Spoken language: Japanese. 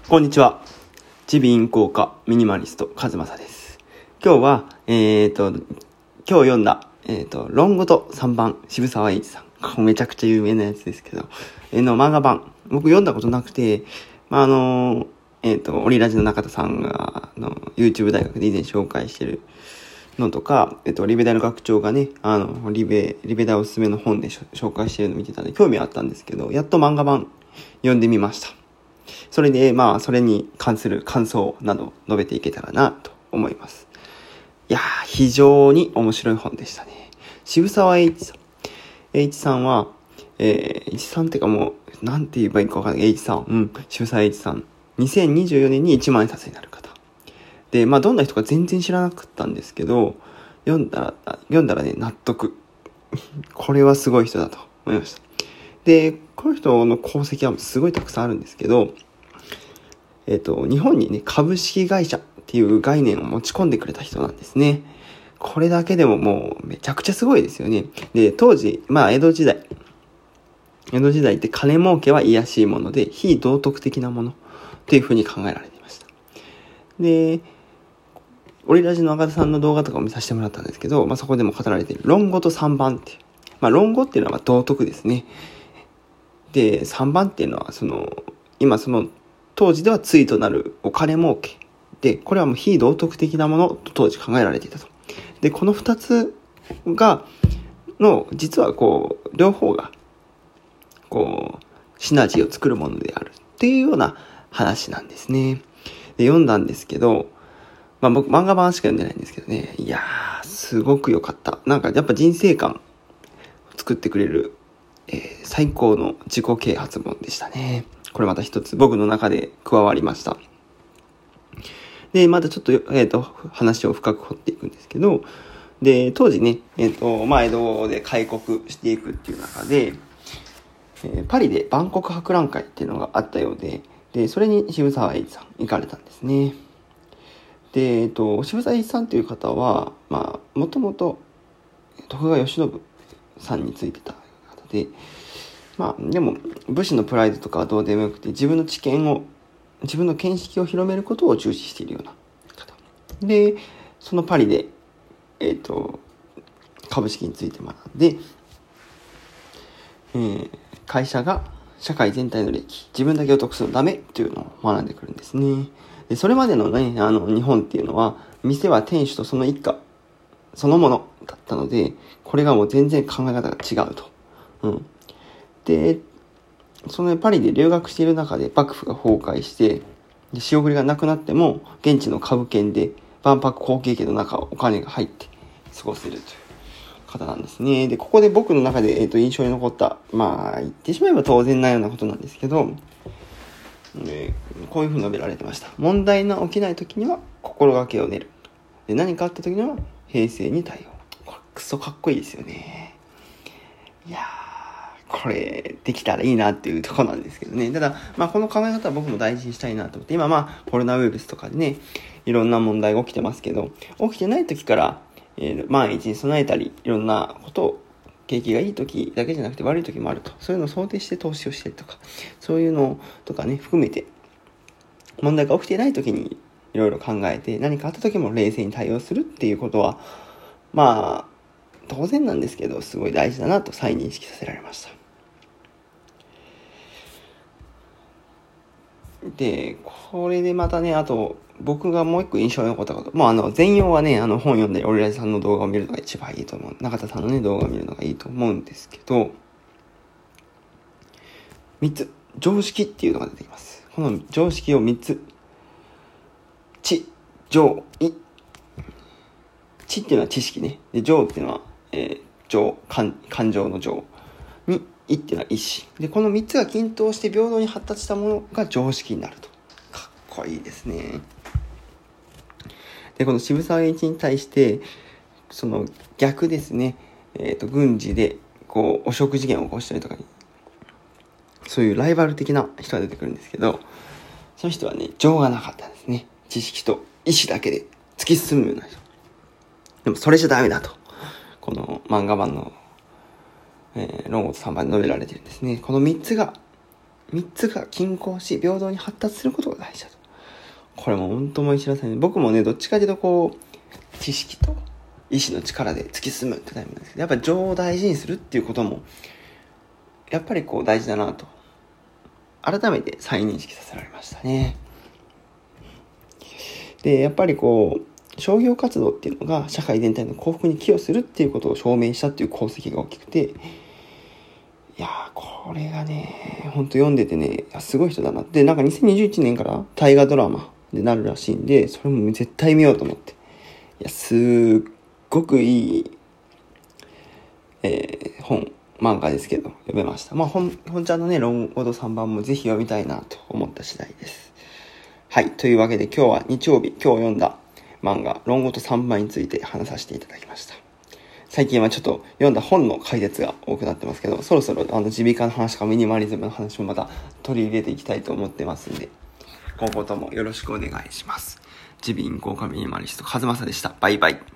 こんにちは。耳鼻咽喉科ミニマリストカズマサです。今日は今日読んだ論語と3番渋沢栄一さん、めちゃくちゃ有名なやつですけどの漫画版、僕読んだことなくて、オリラジの中田さんがYouTube 大学で以前紹介してるのとか、リベダの学長がね、リベダおすすめの本で紹介してるの見てたんで興味あったんですけど、やっと漫画版読んでみました。それでそれに関する感想など述べていけたらなと思います。いやー、非常に面白い本でしたね。渋沢栄一さん。栄一さんは、栄一さんってかもう、なんて言えばいいかわからない。栄一さん。渋沢栄一さん。2024年に1万円札になる方。で、どんな人か全然知らなかったんですけど、読んだらね、納得。これはすごい人だと思いました。で、この人の功績はすごいたくさんあるんですけど、日本にね、株式会社っていう概念を持ち込んでくれた人なんですね。これだけでももうめちゃくちゃすごいですよね。で、当時、江戸時代って金儲けは卑しいもので、非道徳的なものっていうふうに考えられていました。で、オリラジの中田さんの動画とかを見させてもらったんですけど、そこでも語られている論語と3番っていう。論語っていうのは道徳ですね。で、3番っていうのは今当時では対となるお金儲けで、これはもう非道徳的なものと当時考えられていたと。で、この2つ実は両方がシナジーを作るものであるっていうような話なんですね。で、読んだんですけど、僕漫画版しか読んでないんですけどね、いやー、すごく良かった。やっぱ人生観を作ってくれる、最高の自己啓発本でしたね。これまた一つ僕の中で加わりました。で、またちょっと、話を深く掘っていくんですけど、で、当時ね、江戸で開国していくっていう中で、パリで万国博覧会っていうのがあったようで、それに渋沢栄一さん行かれたんですね。で、渋沢栄一さんという方は、もともと徳川慶喜さんについてた方で、でも武士のプライドとかはどうでもよくて、自分の見識を広めることを重視しているような方で、そのパリで株式について学んで、会社が社会全体の利益、自分だけを得するのダメっていうのを学んでくるんですね。で、それまでのね、日本っていうのは店は店主とその一家そのものだったので、これがもう全然考え方が違うと。で、パリで留学している中で幕府が崩壊して、で仕送りがなくなっても現地の株券で万博好景気の中お金が入って過ごせるという方なんですね。で、ここで僕の中で、印象に残った、言ってしまえば当然なようなことなんですけど、こういうふうに述べられてました。問題の起きない時には心がけを練る。で、何かあった時には平静に対応。これクソかっこいいですよね。いやー、これできたらいいなっていうところなんですけどね。ただ、この考え方は僕も大事にしたいなと思って、今コロナウイルスとかでね、いろんな問題が起きてますけど、起きてない時から、万一に備えたり、いろんなことを、景気がいい時だけじゃなくて悪い時もあると。そういうのを想定して投資をしてとか、そういうのとかね、含めて、問題が起きてない時にいろいろ考えて、何かあった時も冷静に対応するっていうことは、当然なんですけど、すごい大事だなと再認識させられました。で、これでまたね、あと、僕がもう一個印象に残ったこと。全容はね、本読んで、オリラジさんの動画を見るのが一番いいと思う。中田さんのね、動画を見るのがいいと思うんですけど、3つ、常識っていうのが出てきます。この常識を3つ。知、情、意。知っていうのは知識ね。で、情っていうのは、感情の情。に、意っていうのは意志。で、この3つが均等して平等に発達したものが常識になると。かっこいいですね。で、この渋沢栄一に対して、その逆ですね。軍事で、汚職事件を起こしたりとかに、そういうライバル的な人が出てくるんですけど、その人はね、情がなかったんですね。知識と意志だけで突き進むような人。でもそれじゃダメだと。この漫画版の論語と3番で述べられているんですね。この3つが 3つが均衡し平等に発達することが大事だと。これも本当思い知らされる。僕もねどっちかというとこう知識と意志の力で突き進むってタイプなんですけど、やっぱり情を大事にするっていうこともやっぱりこう大事だなと改めて再認識させられましたね。でやっぱりこう商業活動っていうのが社会全体の幸福に寄与するっていうことを証明したっていう功績が大きくて、いやーこれがねほんと読んでてねすごい人だなって。なんか2021年から大河ドラマでなるらしいんで、それも絶対見ようと思って、いやすっごくいい、漫画ですけど読めました。本ちゃんのね論語と3番もぜひ読みたいなと思った次第です。はい、というわけで今日は日曜日、今日読んだ漫画論語と3番について話させていただきました。最近はちょっと読んだ本の解説が多くなってますけど、そろそろ耳鼻科の話とかミニマリズムの話もまた取り入れていきたいと思ってますんで、今後ともよろしくお願いします。耳鼻咽喉科ミニマリストカズマサでした。バイバイ。